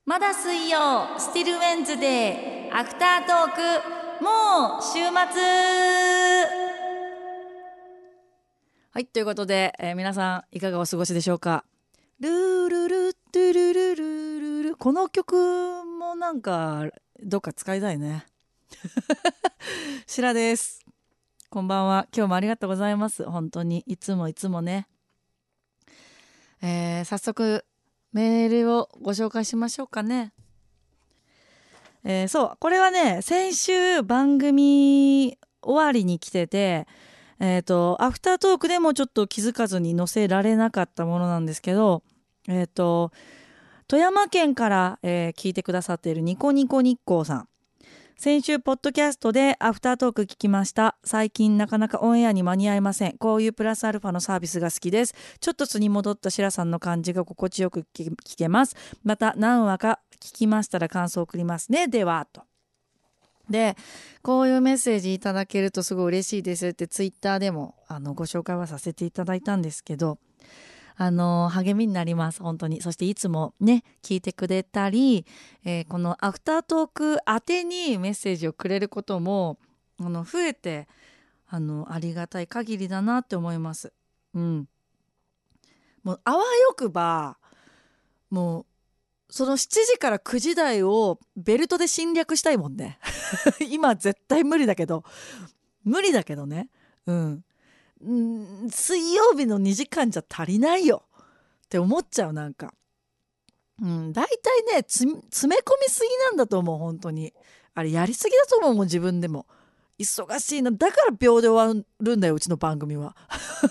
まだ水曜スティルウェンズデーアフタートーク、もう週末。はい、ということで、皆さんいかがお過ごしでしょうか。ルールルトゥルルルルル、この曲もなんかどっか使いたいね。シラです。こんばんは。今日もありがとうございます。本当にいつもね。早速メールをご紹介しましょうかね。そうこれはね、先週番組終わりに来てて、アフタートークでもちょっと気づかずに載せられなかったものなんですけど、富山県から、聞いてくださっているニコニコ日光さん。先週ポッドキャストでアフタートーク聞きました。最近なかなかオンエアに間に合いません。こういうプラスアルファのサービスが好きです。ちょっと素に戻ったシラさんの感じが心地よく聞けます。また何話か聞きましたら感想を送りますね。ではと。で、こういうメッセージいただけるとすごい嬉しいですってツイッターでもご紹介はさせていただいたんですけど、励みになります、本当に。そしていつもね聞いてくれたり、このアフタートーク宛てにメッセージをくれることも増えてありがたい限りだなって思います。うん。もうあわよくばもうその7時から9時台をベルトで侵略したいもんね。今絶対無理だけどね。うん。水曜日の2時間じゃ足りないよって思っちゃう。なんか、大体ね詰め込みすぎなんだと思う。本当にあれやりすぎだと思う。もう自分でも忙しいのだから秒で終わるんだよ、うちの番組は。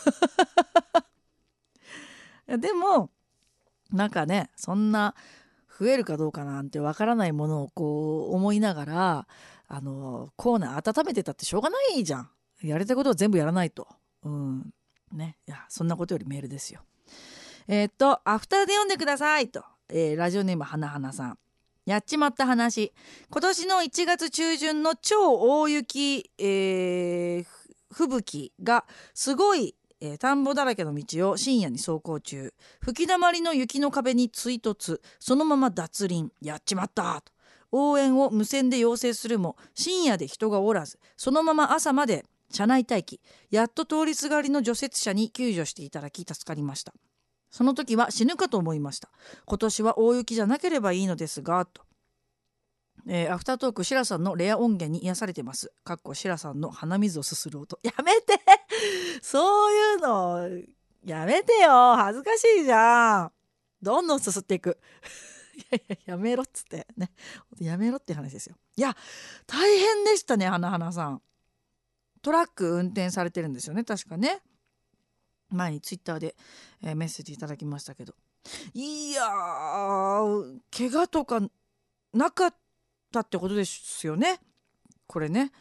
でもなんかね、そんな増えるかどうかなんてわからないものをこう思いながらコーナー温めてたってしょうがないじゃん。やりたいことは全部やらないと。ね、いやそんなことよりメールですよ。アフターで読んでくださいと、ラジオネームはなはなさん。やっちまった話。今年の1月中旬の超大雪、吹雪がすごい、田んぼだらけの道を深夜に走行中、吹きだまりの雪の壁に追突、そのまま脱輪。やっちまったと応援を無線で要請するも深夜で人がおらず、そのまま朝まで車内待機。やっと通りすがりの除雪車に救助していただき助かりました。その時は死ぬかと思いました。今年は大雪じゃなければいいのですがと。アフタートーク、シラさんのレア音源に癒されてます。かっこシラさんの鼻水をすする音。やめてそういうのやめてよ、恥ずかしいじゃん。どんどんすすっていく。いやいや、やめろっつってね、やめろって話ですよ。いや大変でしたね。花々さんトラック運転されてるんですよね、確かね。前にツイッターで、メッセージいただきましたけど、いやー怪我とかなかったってことですよね、これね。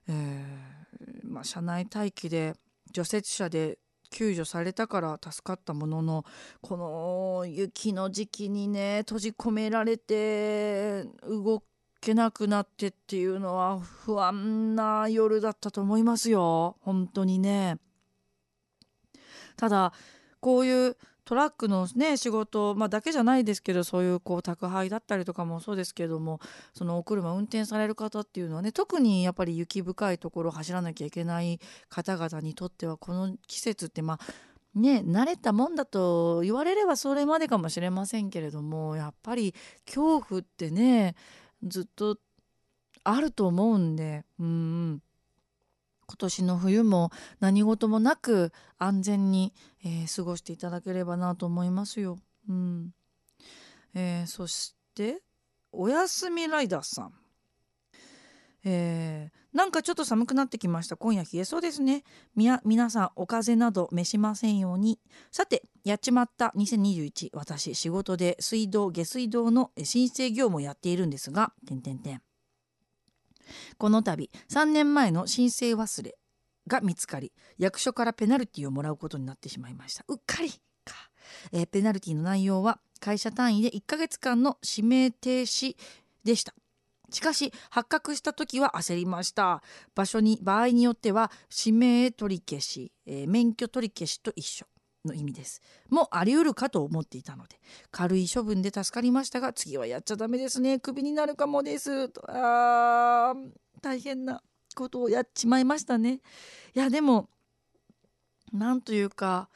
車内待機で除雪車で救助されたから助かったものの、この雪の時期にね閉じ込められて動けなくなってっていうのは不安な夜だったと思いますよ、本当にね。ただこういうトラックのね仕事、だけじゃないですけど、そういうこう宅配だったりとかもそうですけども、そのお車運転される方っていうのはね、特にやっぱり雪深いところを走らなきゃいけない方々にとっては、この季節って慣れたもんだと言われればそれまでかもしれませんけれども、やっぱり恐怖ってねずっとあると思うんで、今年の冬も何事もなく安全に、過ごしていただければなと思いますよ。そしておやすみライダーさん、なんかちょっと寒くなってきました。今夜冷えそうですね。皆さんお風邪など召しませんように。さて、やっちまった2021。私仕事で下水道の申請業務をやっているんですが、この度3年前の申請忘れが見つかり、役所からペナルティをもらうことになってしまいました。うっかりか。ペナルティの内容は会社単位で1ヶ月間の指名停止でした。しかし発覚した時は焦りました。場合によっては指名取り消し、免許取り消しと一緒。 の意味です。もあり得るかと思っていたので、軽い処分で助かりましたが、次はやっちゃダメですね、クビになるかもですと。大変なことをやっちまいましたね。いやでもなんというか、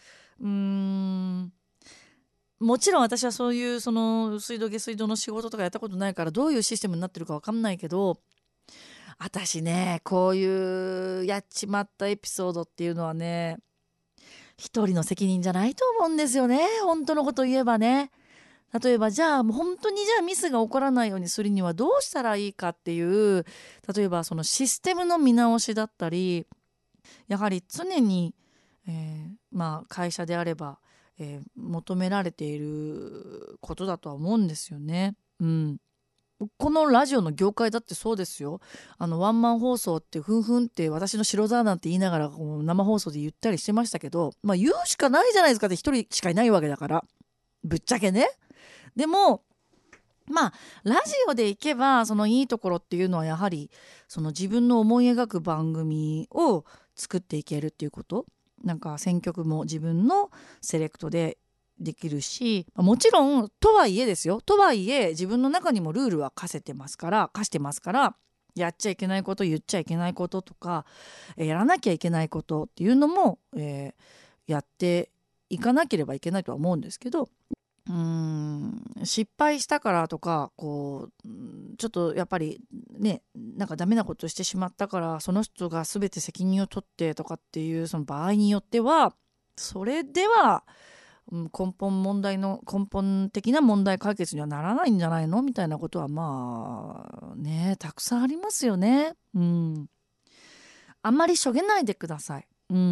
もちろん私はそういうその水道下水道の仕事とかやったことないから、どういうシステムになってるか分かんないけど、私ね、こういうやっちまったエピソードっていうのはね、一人の責任じゃないと思うんですよね。本当のこと言えばね。例えばじゃあもう本当にじゃあミスが起こらないようにするにはどうしたらいいかっていう、例えばそのシステムの見直しだったり、やはり常に、会社であれば、求められていることだとは思うんですよね。このラジオの業界だってそうですよ。ワンマン放送ってふんふんって私の白沢なんて言いながらこう生放送で言ったりしてましたけど、言うしかないじゃないですかって、一人しかいないわけだからぶっちゃけね。でもラジオでいけばそのいいところっていうのはやはりその自分の思い描く番組を作っていけるっていうこと。なんか選曲も自分のセレクトでできるし、もちろんとはいえですよ、とはいえ自分の中にもルールは課してますから、やっちゃいけないこと、言っちゃいけないこととか、やらなきゃいけないことっていうのも、やっていかなければいけないとは思うんですけど、失敗したからとかこうちょっとやっぱりね、なんかダメなことしてしまったからその人が全て責任を取ってとかっていうその場合によっては、それでは根本的な問題解決にはならないんじゃないのみたいなことはたくさんありますよね。あんまりしょげないでください。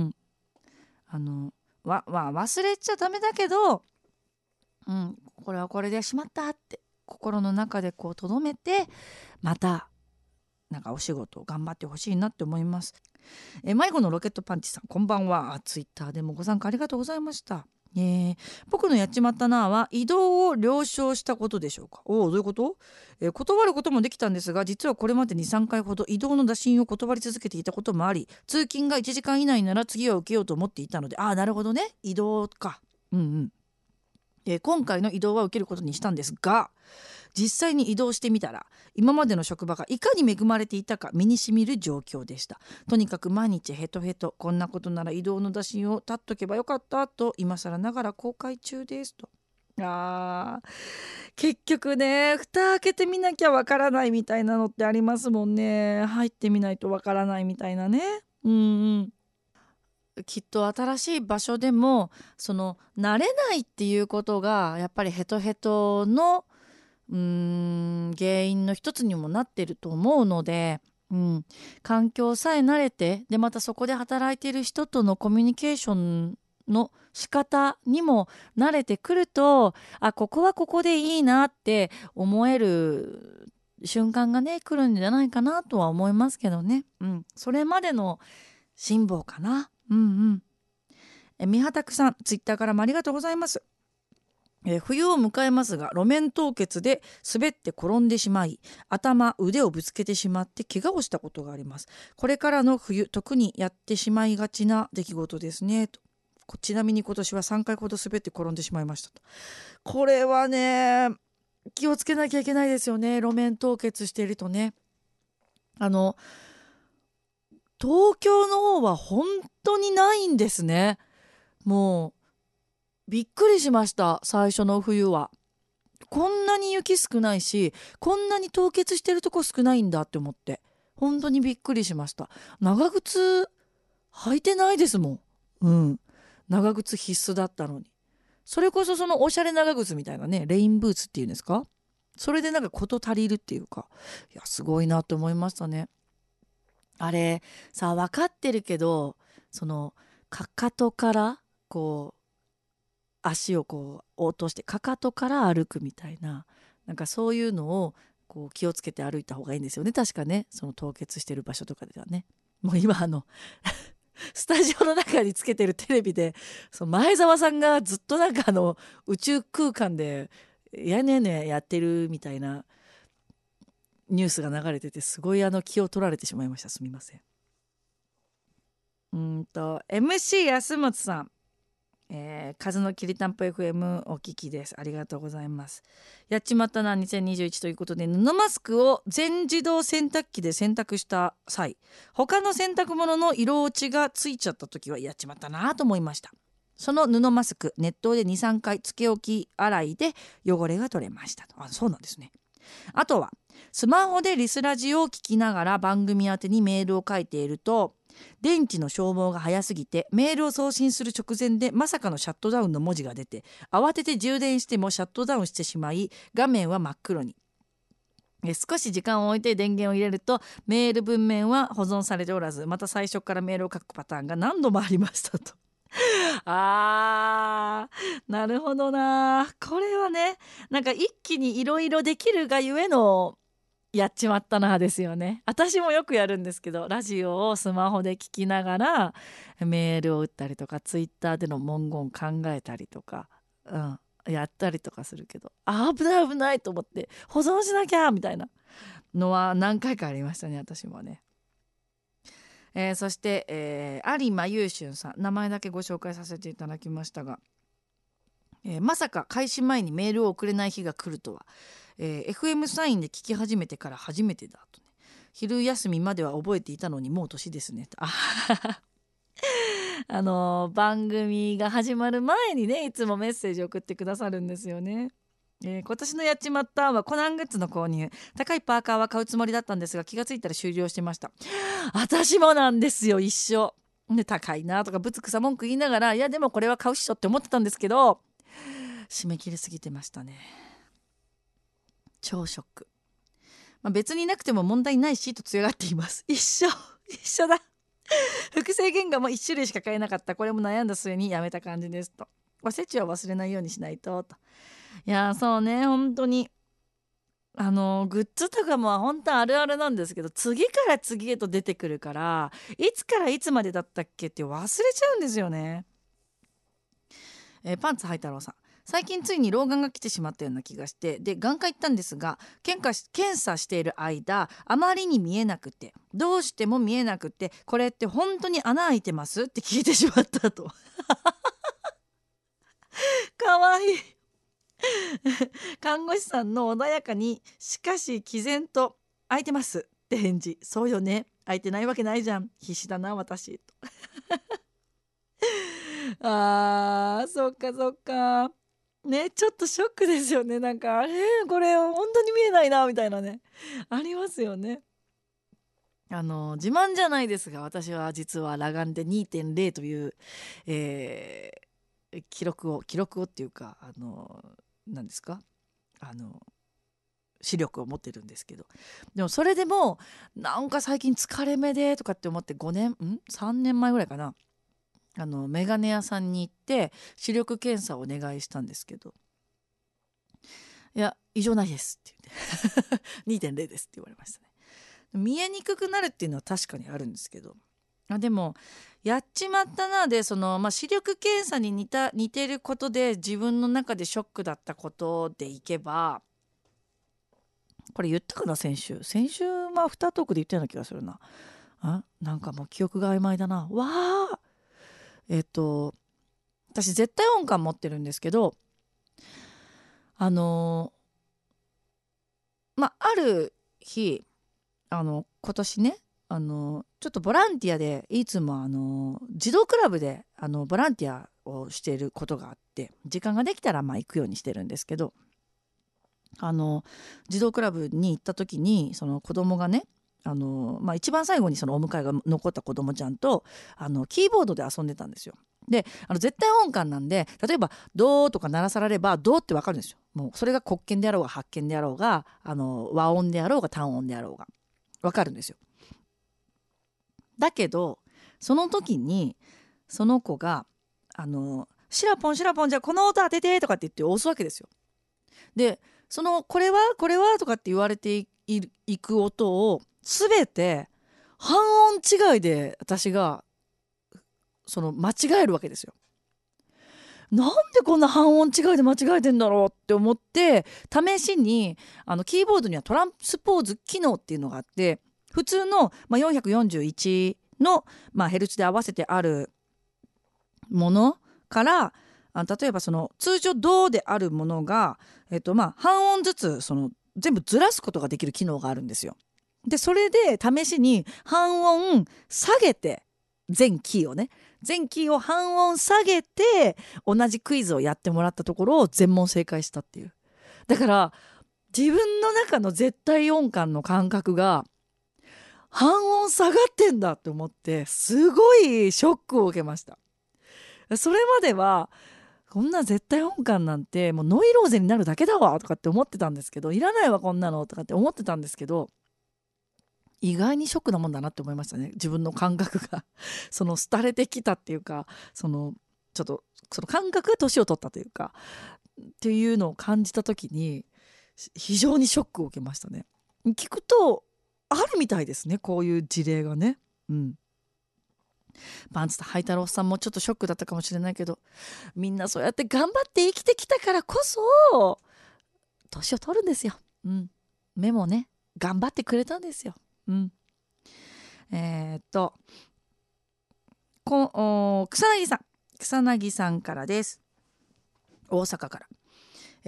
忘れちゃダメだけど、これはこれでしまったって心の中でこう留めて、またなんかお仕事を頑張ってほしいなって思います。迷子のロケットパンチさん、こんばんは。ツイッターでもご参加ありがとうございました。僕のやっちまったなは移動を了承したことでしょうか。どういうこと？断ることもできたんですが、実はこれまでに3回ほど移動の打診を断り続けていたこともあり、通勤が1時間以内なら次は受けようと思っていたので、なるほどね、移動か。今回の移動は受けることにしたんですが、実際に移動してみたら今までの職場がいかに恵まれていたか身にしみる状況でした。とにかく毎日ヘトヘト、こんなことなら移動の打診を立っとけばよかったと今更ながら後悔中ですと。結局ね、蓋開けてみなきゃわからないみたいなのってありますもんね。入ってみないとわからないみたいなね。きっと新しい場所でもその慣れないっていうことがやっぱりヘトヘトの原因の一つにもなっていると思うので、環境さえ慣れて、でまたそこで働いている人とのコミュニケーションの仕方にも慣れてくると、ここはここでいいなって思える瞬間がね来るんじゃないかなとは思いますけどね。それまでの辛抱かな。三畑さん、ツイッターからもありがとうございます。冬を迎えますが路面凍結で滑って転んでしまい腕をぶつけてしまって怪我をしたことがあります。これからの冬特にやってしまいがちな出来事ですねと。ちなみに今年は3回ほど滑って転んでしまいましたと。これはね気をつけなきゃいけないですよね。路面凍結しているとね。東京の方は本当にないんですね。もうびっくりしました。最初の冬はこんなに雪少ないし、こんなに凍結してるとこ少ないんだって思って、本当にびっくりしました。長靴履いてないですもん。長靴必須だったのに。それこそそのおしゃれ長靴みたいなね、レインブーツっていうんですか、それでなんか事足りるっていうか、いやすごいなと思いましたね。あれさ、分かってるけど、そのかかとからこう足をこう落としてかかとから歩くみたいな、なんかそういうのをこう気をつけて歩いた方がいいんですよね、確かね。その凍結してる場所とかではね。もう今スタジオの中につけてるテレビで、その前澤さんがずっとなんか宇宙空間でやねねやってるみたいなニュースが流れてて、すごい気を取られてしまいました。すみません。MC 安松さん、 風のきりたんぽ FM お聞きです。ありがとうございます。やっちまったな2021ということで、布マスクを全自動洗濯機で洗濯した際、他の洗濯物の色落ちがついちゃった時はやっちまったなと思いました。その布マスク、熱湯で 2,3 回つけ置き洗いで汚れが取れましたと。そうなんですね。あとはスマホでリスラジを聞きながら番組宛てにメールを書いていると、電池の消耗が早すぎてメールを送信する直前でまさかのシャットダウンの文字が出て、慌てて充電してもシャットダウンしてしまい、画面は真っ黒に。少し時間を置いて電源を入れるとメール文面は保存されておらず、また最初からメールを書くパターンが何度もありましたと。なるほどな。これはね、なんか一気にいろいろできるがゆえのやっちまったなですよね。私もよくやるんですけど、ラジオをスマホで聞きながらメールを打ったりとか、ツイッターでの文言考えたりとか、やったりとかするけど、危ない危ないと思って保存しなきゃみたいなのは何回かありましたね、私もね。そして、有馬優俊さん、名前だけご紹介させていただきましたが、まさか開始前にメールを送れない日が来るとは、FM サインで聞き始めてから初めてだとね。昼休みまでは覚えていたのにもう年ですねと。番組が始まる前にね、いつもメッセージ送ってくださるんですよね。今年のやっちまったはコナングッズの購入。高いパーカーは買うつもりだったんですが、気がついたら終了してました。私もなんですよ、一緒で。高いなとかぶつくさ文句言いながら、いやでもこれは買うっしょって思ってたんですけど、締め切りすぎてましたね。超ショック。別になくても問題ないしと強がっています。一緒だ。複製原画も1種類しか買えなかった。これも悩んだ末にやめた感じですと。おせちは忘れないようにしないと。いやそうね、本当にグッズとかも本当あるあるなんですけど、次から次へと出てくるから、いつからいつまでだったっけって忘れちゃうんですよね。パンツハイ太郎さん、最近ついに老眼が来てしまったような気がして、で眼科行ったんですが、検査している間あまりに見えなくて、どうしても見えなくて、これって本当に穴開いてますって聞いてしまったと。かわいい。看護師さんの穏やかにしかし毅然と開いてますって返事。そうよね、開いてないわけないじゃん、必死だな私と。そっかそっかね、ちょっとショックですよね。なんかこれ本当に見えないなみたいなね、ありますよね。自慢じゃないですが、私は実は裸眼で 2.0 という、記録をっていうか、何ですか、視力を持ってるんですけど、でもそれでもなんか最近疲れ目でとかって思って、3年前ぐらいかな、メガネ屋さんに行って視力検査をお願いしたんですけど、いや異常ないですって言って2.0 ですって言われましたね。見えにくくなるっていうのは確かにあるんですけど、でもやっちまったなで、視力検査に似てることで自分の中でショックだったことでいけば、これ言ったかな、先週アフタートークで言ったような気がするな。なんかもう記憶が曖昧だな。私絶対音感持ってるんですけど、ある日今年ね、ちょっとボランティアでいつも児童クラブでボランティアをしていることがあって、時間ができたら行くようにしてるんですけど、児童クラブに行った時にその子供がね、一番最後にそのお迎えが残った子供ちゃんとキーボードで遊んでたんですよ。で絶対音感なんで、例えばドーとか鳴らされればドーって分かるんですよ。もうそれが黒鍵であろうが白鍵であろうが和音であろうが単音であろうが分かるんですよ。だけどその時にその子がシラポンじゃあこの音当ててとかって言って押すわけですよ。でこれはとかって言われていく音を全て半音違いで私が間違えるわけですよ。なんでこんな半音違いで間違えてんだろうって思って、試しにキーボードにはトランスポーズ機能っていうのがあって、普通の、441の、ヘルツで合わせてあるものから例えばその通常銅であるものが、半音ずつ全部ずらすことができる機能があるんですよ。でそれで試しに半音下げて全キーを半音下げて同じクイズをやってもらったところを全問正解したっていう。だから自分の中の絶対音感の感覚が半音下がってんだって思ってすごいショックを受けました。それまではこんな絶対音感なんてもうノイローゼになるだけだわとかって思ってたんですけど、いらないわこんなのとかって思ってたんですけど、意外にショックなもんだなって思いましたね。自分の感覚が廃れてきたっていうか、ちょっとその感覚が年を取ったというかっていうのを感じた時に非常にショックを受けましたね。聞くとあるみたいですね、こういう事例がね。パンツとハイ太郎さんもちょっとショックだったかもしれないけど、みんなそうやって頑張って生きてきたからこそ年を取るんですよ。目もね頑張ってくれたんですよ。草薙さんからです。大阪から。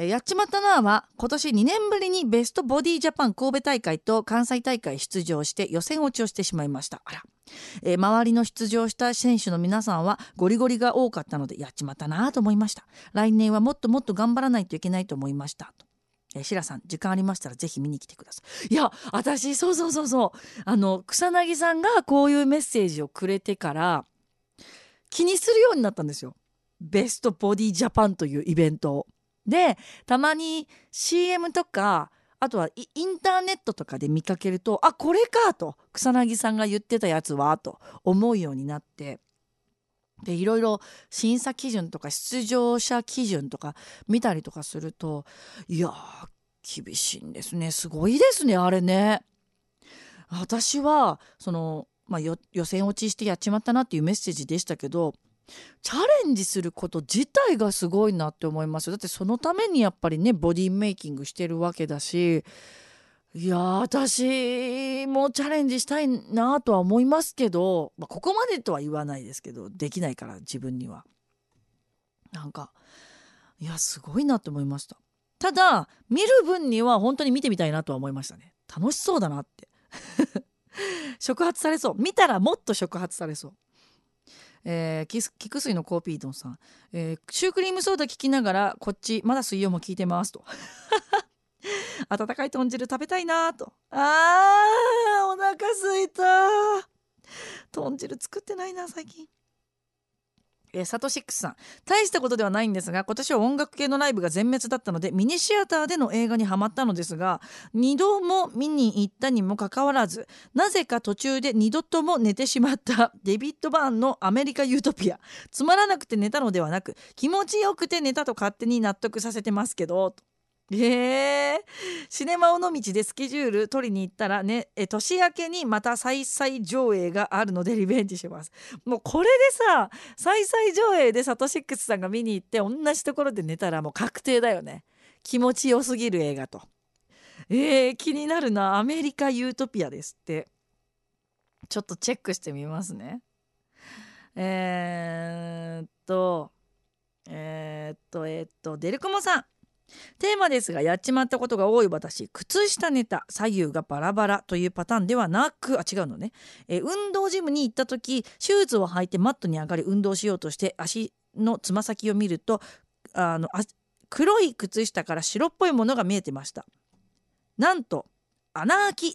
やっちまったなは今年2年ぶりにベストボディジャパン神戸大会と関西大会出場して予選落ちをしてしまいました。周りの出場した選手の皆さんはゴリゴリが多かったのでやっちまったなと思いました。来年はもっともっと頑張らないといけないと思いましたと。シラさん時間ありましたらぜひ見に来てください。いや私そう草薙さんがこういうメッセージをくれてから気にするようになったんですよ、ベストボディジャパンというイベントを。でたまに CM とかあとはインターネットとかで見かけると、あこれかと、草薙さんが言ってたやつはと思うようになって、でいろいろ審査基準とか出場者基準とか見たりとかすると、いや厳しいんですね。すごいですねあれね。私は予選落ちしてやっちまったなっていうメッセージでしたけど、チャレンジすること自体がすごいなって思います。だってそのためにやっぱりねボディメイキングしてるわけだし、いや私もチャレンジしたいなとは思いますけど、ここまでとは言わないですけど、できないから自分には。いやすごいなと思いました。ただ見る分には本当に見てみたいなとは思いましたね。楽しそうだなって触発されそう。見たらもっと触発されそう。菊水のコーピードンさん、シュークリームソーダ聞きながらこっちまだ水曜も聞いてますと温かい豚汁食べたいなと。お腹すいた。豚汁作ってないな最近。サトシックスさん、大したことではないんですが今年は音楽系のライブが全滅だったのでミニシアターでの映画にハマったのですが、2度も見に行ったにもかかわらずなぜか途中で2度とも寝てしまったデビッド・バーンのアメリカ・ユートピア。つまらなくて寝たのではなく気持ちよくて寝たと勝手に納得させてますけど。シネマ尾道でスケジュール取りに行ったらね、年明けにまた再々上映があるのでリベンジします。もうこれでさ再々上映でサトシックスさんが見に行って同じところで寝たらもう確定だよね。気持ちよすぎる映画と。気になるな。アメリカユートピアですって。ちょっとチェックしてみますね。デルコモさん、テーマですがやっちまったことが多い私、靴下ネタ左右がバラバラというパターンではなく、違うのね、運動ジムに行った時シューズを履いてマットに上がり運動しようとして足のつま先を見ると黒い靴下から白っぽいものが見えてました。なんと穴開き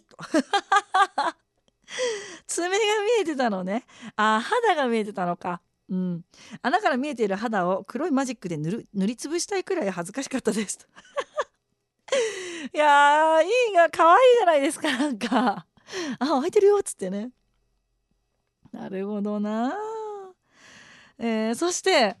爪が見えてたのね。肌が見えてたのか。穴から見えている肌を黒いマジックで塗りつぶしたいくらい恥ずかしかったですいやいいが可愛いじゃないですか。なんか開いてるよっつってね。なるほどな。そして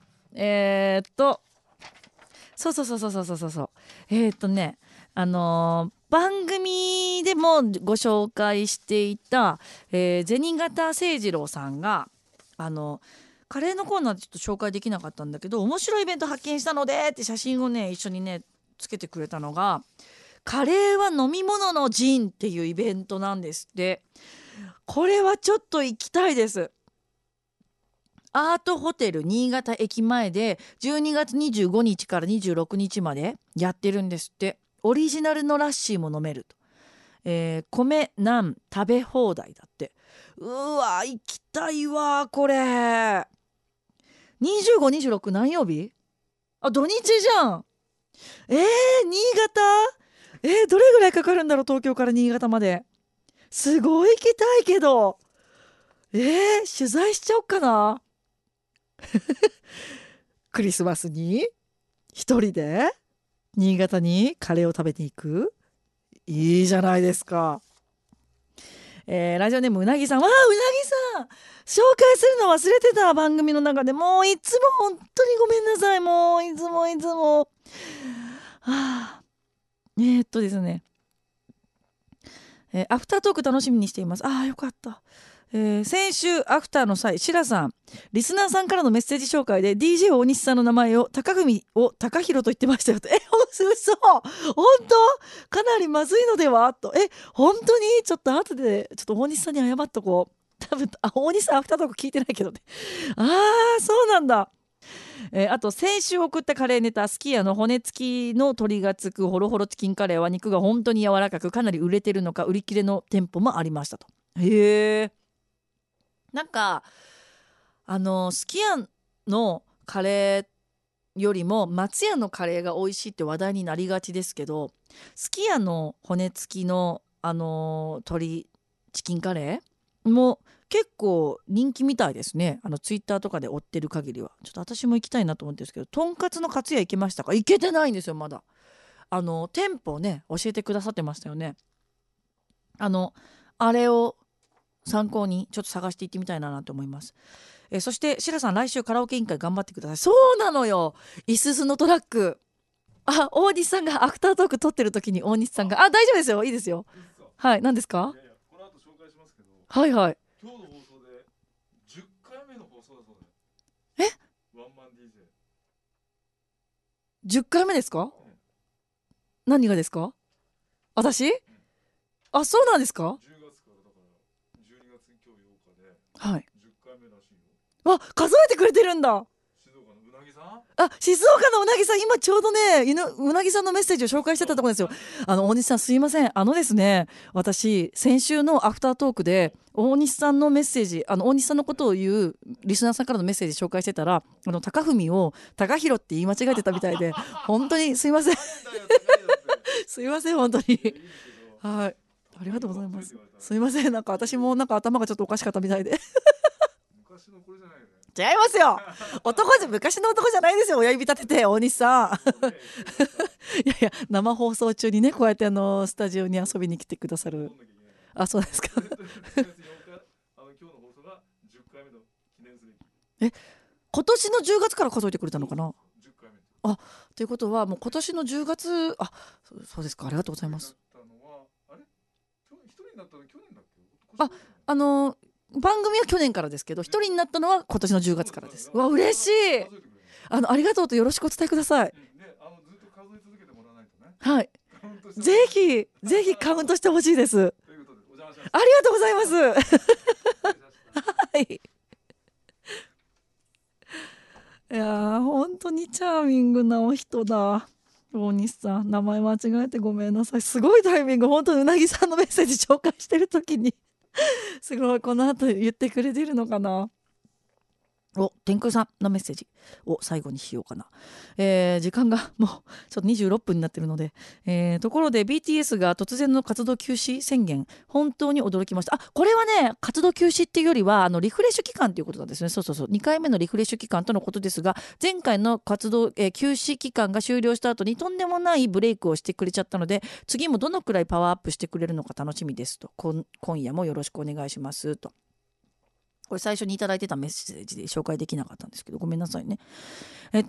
番組でもご紹介していた、銭形誠二郎さんがカレーのコーナーでちょっと紹介できなかったんだけど、面白いイベント発見したのでって写真をね一緒にねつけてくれたのが、カレーは飲み物のジンっていうイベントなんですって。これはちょっと行きたいです。 アートホテル新潟駅前で12月25日から26日までやってるんですって。オリジナルのラッシーも飲めると。米ナン食べ放題だって。うわ行きたいわこれ。25、26何曜日？あ、土日じゃん。新潟、どれぐらいかかるんだろう、東京から新潟まで。すごい行きたいけど、取材しちゃおっかな。クリスマスに一人で新潟にカレーを食べに行く。いいじゃないですか。ラジオネームうなぎさん。わあ、うなぎさん紹介するの忘れてた。番組の中でもういつも本当にごめんなさい。もういつもですね、アフタートーク楽しみにしています。よかった。先週アフターの際、シラさんリスナーさんからのメッセージ紹介で DJ 大西さんの名前を高文を高弘と言ってましたよと。嘘本当かなりまずいのではと。本当にちょっと後でちょっと大西さんに謝っとこう。多分大西さんアフタートーク聞いてないけどね。そうなんだ。あと先週送ったカレーネタ、すき家の骨付きの鶏がつくホロホロチキンカレーは肉が本当に柔らかくかなり売れてるのか売り切れの店舗もありましたと。へえ。なんかすき家のカレーよりも松屋のカレーが美味しいって話題になりがちですけど、すき家の骨付きの鶏チキンカレーも結構人気みたいですね。ツイッターとかで追ってる限りは。ちょっと私も行きたいなと思ってるんですけど、とんかつのかつや行けましたか？行けてないんですよまだ。店舗ね教えてくださってましたよね。あれを参考にちょっと探していってみたいなと思います。そしてシラさん、来週カラオケ委員会頑張ってください。そうなのよ、いすゞのトラック。大西さんがアフタートーク撮ってる時に大西さんが大丈夫ですよ、いいですよ。はい、何ですか？ いやいや、この後紹介しますけど、 はいはい。 今日の放送で10回目の放送だそうえで。ワンマン DJ。 10回目ですか？何がですか？私？そうなんですか？ 10月からだから12月今日8日ではい。 10回目らしいよ。 数えてくれてるんだ。 静岡のうなぎさん。 静岡のうなぎさん、今ちょうどねうなぎさんのメッセージを紹介してたところですよ。大西さんすいません。ですね、私先週のアフタートークで大西さんのメッセージ、大西さんのことを言うリスナーさんからのメッセージ紹介してたら、高文を高弘って言い間違えてたみたいで本当にすいません。すいません本当に。はい、ありがとうございます。すいません、なんか私もなんか頭がちょっとおかしかったみたいで。 昔のこれじゃないよね。 違いますよ。昔の男じゃないですよ。親指立てて大西さん。いや生放送中にね、こうやってスタジオに遊びに来てくださる。そうですか。 今日の放送が10回目の記念すべき。 今年の10月から数えてくれたのかな。 10回目。 ということはもう今年の10月。そうですか、ありがとうございます。 一人になったの去年だっけ？ 番組は去年からですけど、一人になったのは今年の10月からです。嬉しい。ありがとうとよろしくお伝えください。 ずっと数え続けてもらわないとね。 はい。ぜひカウントしてほしいです。 ということでお邪魔します。 ありがとうございます。はい。いや本当にチャーミングなお人だ。大西さん、名前間違えてごめんなさい。すごいタイミング。本当にうなぎさんのメッセージ紹介してる時にすごいこの後言ってくれてるのかな。天空さんのメッセージを最後にしようかな。時間がもうちょっと26分になってるので、ところで BTS が突然の活動休止宣言、本当に驚きました。これはね、活動休止っていうよりはリフレッシュ期間ということなんですね。そう2回目のリフレッシュ期間とのことですが、前回の活動、休止期間が終了した後にとんでもないブレイクをしてくれちゃったので、次もどのくらいパワーアップしてくれるのか楽しみですと。今夜もよろしくお願いしますと。これ最初にいただいてたメッセージで紹介できなかったんですけど、ごめんなさいね。ユ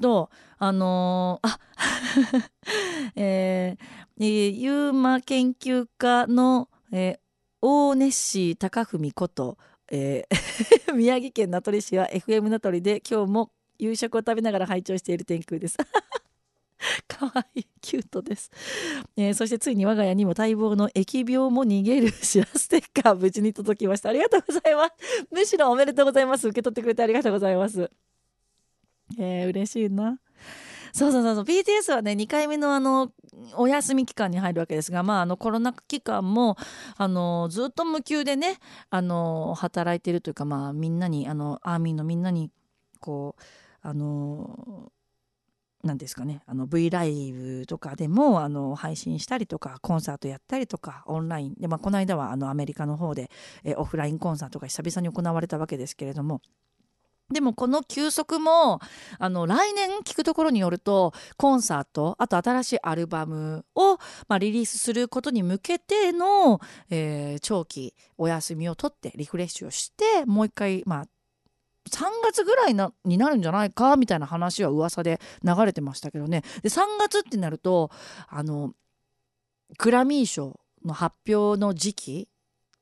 ーマ研究家の、大ネッシー高文こと、宮城県名取市は FM 名取で今日も夕食を食べながら拝聴している天空です。 かわいい、キュートです。そしてついに我が家にも待望の疫病も逃げるシラステッカー無事に届きました。ありがとうございます。むしろおめでとうございます。受け取ってくれてありがとうございます。嬉しいな。そうそうそうそう、 BTS はね2回目のお休み期間に入るわけですが、コロナ期間もずっと無給でね働いているというか、みんなにアーミーのみんなにこうなんですかね、V ライブとかでも配信したりとかコンサートやったりとかオンラインで、この間はアメリカの方で、オフラインコンサートが久々に行われたわけですけれども、でもこの休息も来年聞くところによるとコンサート、あと新しいアルバムを、リリースすることに向けての、長期お休みを取ってリフレッシュをしてもう一回、3月ぐらいになるんじゃないかみたいな話は噂で流れてましたけどね。で3月ってなるとグラミー賞の発表の時期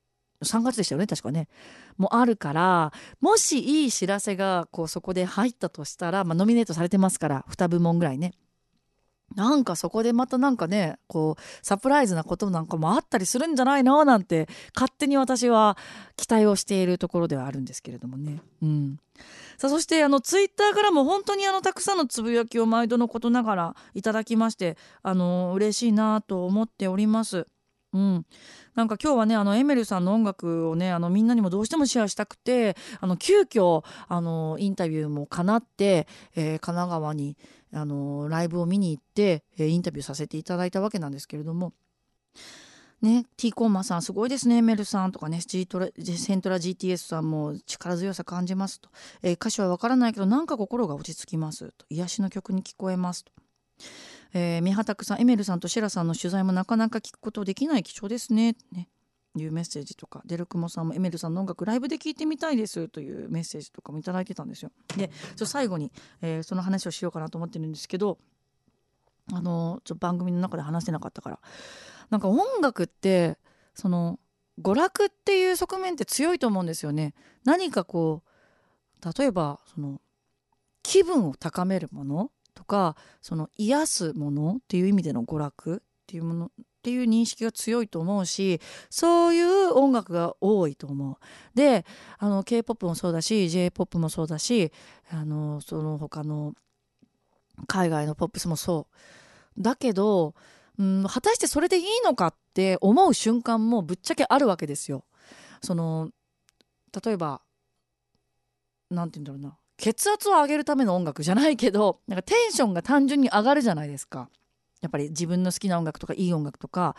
3月でしたよね確かね、もあるから、もしいい知らせがそこで入ったとしたら、ノミネートされてますから2部門ぐらいね、なんかそこでまたなんかねサプライズなことなんかもあったりするんじゃないのなんて勝手に私は期待をしているところではあるんですけれどもね。さあ、そしてツイッターからも本当にたくさんのつぶやきを毎度のことながらいただきまして、嬉しいなと思っております。なんか今日はねエメルさんの音楽をねみんなにもどうしてもシェアしたくて急遽インタビューもかなって、神奈川にライブを見に行って、インタビューさせていただいたわけなんですけれどもね、T コーマさんすごいですね、エメルさんとかね、セントラ GTS さんも力強さ感じますと、歌詞はわからないけどなんか心が落ち着きますと、癒しの曲に聞こえますと、三畑さん、エメルさんとシェラさんの取材もなかなか聞くことできない貴重ですねいうメッセージとか、デルクモさんもエメルさんの音楽ライブで聴いてみたいですというメッセージとかもいただいてたんですよ。で最後に、その話をしようかなと思ってるんですけど、ちょっと番組の中で話せなかったから、なんか音楽ってその娯楽っていう側面って強いと思うんですよね。何か例えばその気分を高めるものとかその癒すものっていう意味での娯楽っていうものっていう認識が強いと思うし、そういう音楽が多いと思う。でK-POP もそうだし J-POP もそうだしその他の海外のポップスもそうだけど、果たしてそれでいいのかって思う瞬間もぶっちゃけあるわけですよ。例えばなんて言うんだろうな、血圧を上げるための音楽じゃないけどなんかテンションが単純に上がるじゃないですか。やっぱり自分の好きな音楽とかいい音楽とか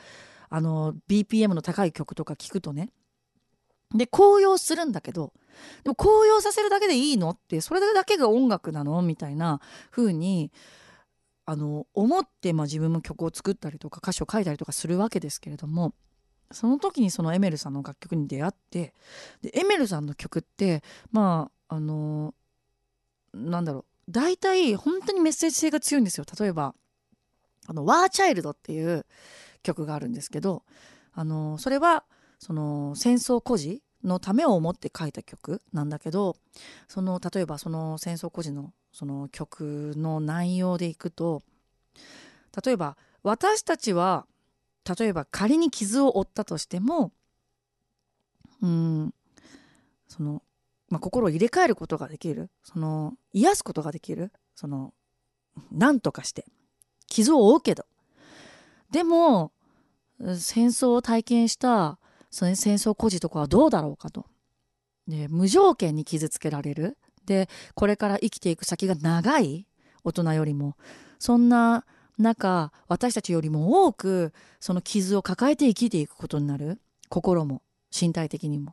BPM の高い曲とか聞くとね、で高揚するんだけど、でも高揚させるだけでいいのって、それだけが音楽なのみたいな風に思って、自分も曲を作ったりとか歌詞を書いたりとかするわけですけれども、その時にそのエメルさんの楽曲に出会って、でエメルさんの曲ってなんだろう、大体本当にメッセージ性が強いんですよ。例えばワーチャイルドっていう曲があるんですけど、それはその戦争孤児のためを思って書いた曲なんだけど、例えばその戦争孤児のその曲の内容でいくと、例えば私たちは例えば仮に傷を負ったとしても心を入れ替えることができる、癒すことができる、何とかして傷を負うけど、でも戦争を体験したその戦争孤児とかはどうだろうかと。で無条件に傷つけられる。でこれから生きていく先が長い、大人よりも。そんな中私たちよりも多くその傷を抱えて生きていくことになる。心も身体的にも、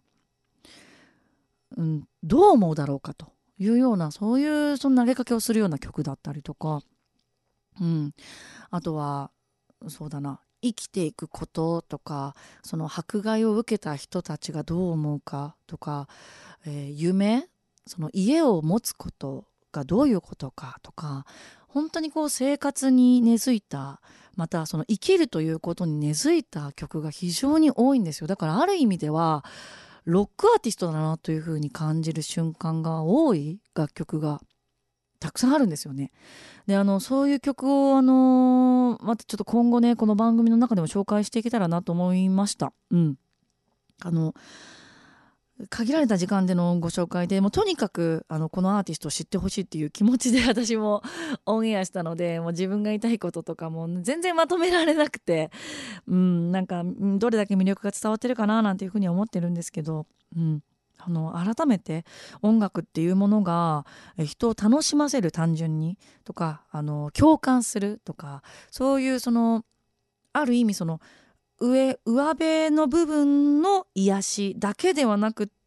どう思うだろうかというような、そういうその投げかけをするような曲だったりとか、あとはそうだな、生きていくこととか、その迫害を受けた人たちがどう思うかとか、夢、その家を持つことがどういうことかとか、本当に生活に根付いた、またその生きるということに根付いた曲が非常に多いんですよ。だからある意味ではロックアーティストだなというふうに感じる瞬間が多い楽曲がたくさんあるんですよね。でそういう曲をまたちょっと今後ねこの番組の中でも紹介していけたらなと思いました。あの限られた時間でのご紹介でもうとにかくこのアーティストを知ってほしいっていう気持ちで私もオンエアしたので、もう自分が言いたいこととかも全然まとめられなくて、なんかどれだけ魅力が伝わってるかななんていうふうには思ってるんですけど、改めて音楽っていうものが人を楽しませる、単純にとか共感するとか、そういうある意味上辺の部分の癒しだけではなくって、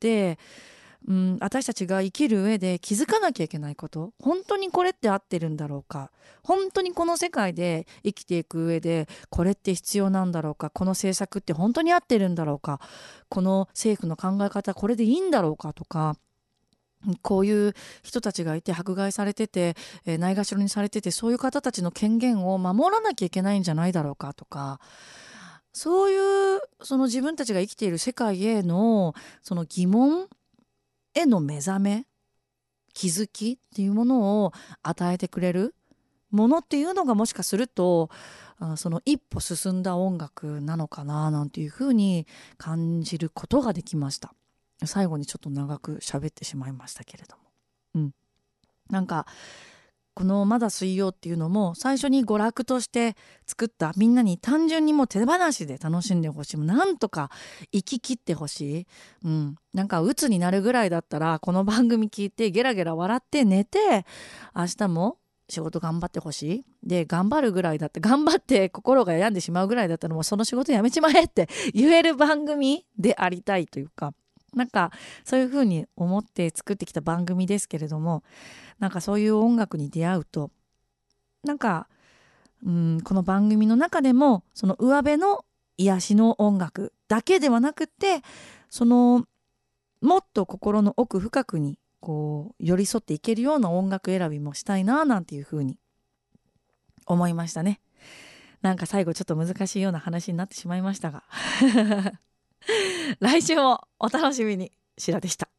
私たちが生きる上で気づかなきゃいけないこと、本当にこれって合ってるんだろうか、本当にこの世界で生きていく上でこれって必要なんだろうか、この政策って本当に合ってるんだろうか、この政府の考え方これでいいんだろうかとか、こういう人たちがいて迫害されてて、ないがしろにされてて、そういう方たちの権限を守らなきゃいけないんじゃないだろうかとか、そういう自分たちが生きている世界への疑問への目覚め、気づきっていうものを与えてくれるものっていうのが、もしかするとその一歩進んだ音楽なのかななんていうふうに感じることができました。最後にちょっと長く喋ってしまいましたけれども、なんかこのまだ水曜っていうのも最初に娯楽として作った、みんなに単純にもう手放しで楽しんでほしい、なんとか生き切ってほしい、なんか鬱になるぐらいだったらこの番組聞いてゲラゲラ笑って寝て、明日も仕事頑張ってほしいで、頑張るぐらいだって、頑張って心が病んでしまうぐらいだったらもうその仕事やめちまえって言える番組でありたいというか、なんかそういうふうに思って作ってきた番組ですけれども、なんかそういう音楽に出会うと、なんかこの番組の中でもその上辺の癒しの音楽だけではなくて、もっと心の奥深くにこう寄り添っていけるような音楽選びもしたいななんていうふうに思いましたね。なんか最後ちょっと難しいような話になってしまいましたが来週もお楽しみに。しらでした。